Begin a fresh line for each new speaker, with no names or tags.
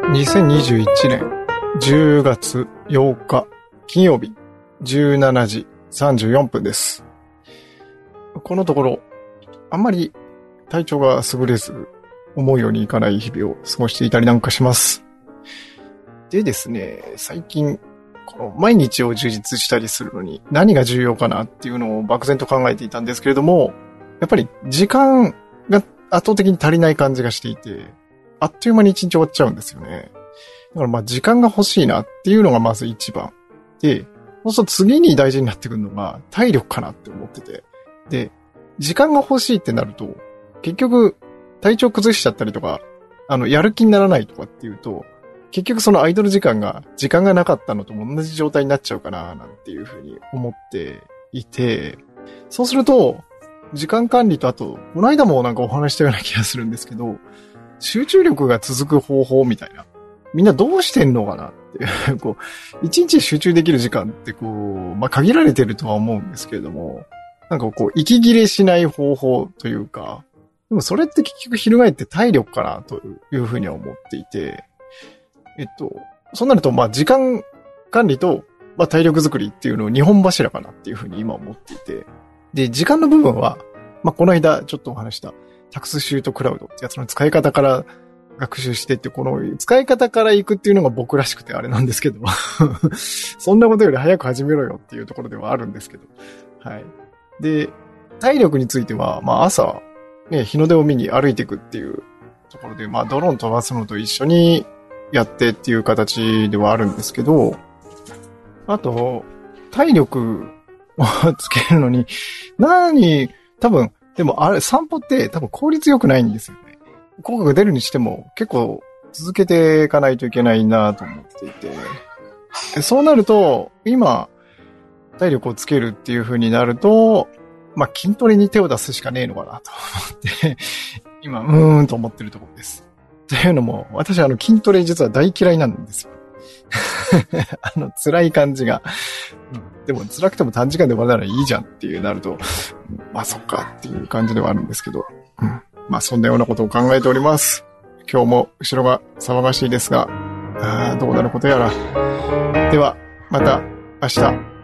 2021年10月8日金曜日17時34分です。このところあんまり体調が優れず思うようにいかない日々を過ごしていたりなんかします。でですね、最近この毎日を充実したりするのに何が重要かなっていうのを漠然と考えていたんですけれども、やっぱり時間が圧倒的に足りない感じがしていて、あっという間に一日終わっちゃうんですよね。だから時間が欲しいなっていうのがまず一番。で、そうすると次に大事になってくるのが体力かなって思ってて。で、時間が欲しいってなると、結局体調崩しちゃったりとか、やる気にならないとかっていうと、結局そのアイドル時間がなかったのと同じ状態になっちゃうかななんていうふうに思っていて、そうすると、時間管理とあと、この間もなんかお話したような気がするんですけど、集中力が続く方法みたいな。みんなどうしてんのかなってこう、一日集中できる時間って限られてるとは思うんですけれども、なんか息切れしない方法というか、でもそれって結局翻って体力かなというふうには思っていて、そうなると時間管理と体力作りっていうのを二本柱かなっていうふうに今思っていて、で、時間の部分は、この間ちょっとお話したタクスシュートクラウドってやつの使い方から学習してって、この使い方から行くっていうのが僕らしくてあれなんですけど、そんなことより早く始めろよっていうところではあるんですけど。はい。で、体力については、朝、ね、日の出を見に歩いていくっていうところで、ドローン飛ばすのと一緒にやってっていう形ではあるんですけど、あと、体力をつけるのに、多分、でも散歩って多分効率良くないんですよね。効果が出るにしても結構続けていかないといけないなと思っていて。そうなると、今、体力をつけるっていう風になると、筋トレに手を出すしかねえのかなと思って、今、と思ってるところです。というのも、私筋トレ実は大嫌いなんですよ。辛い感じが。でも辛くても短時間で終わるならいいじゃんっていうなると、そっかっていう感じではあるんですけど、そんなようなことを考えております。今日も後ろが騒がしいですが、どうなることやら。では、また明日。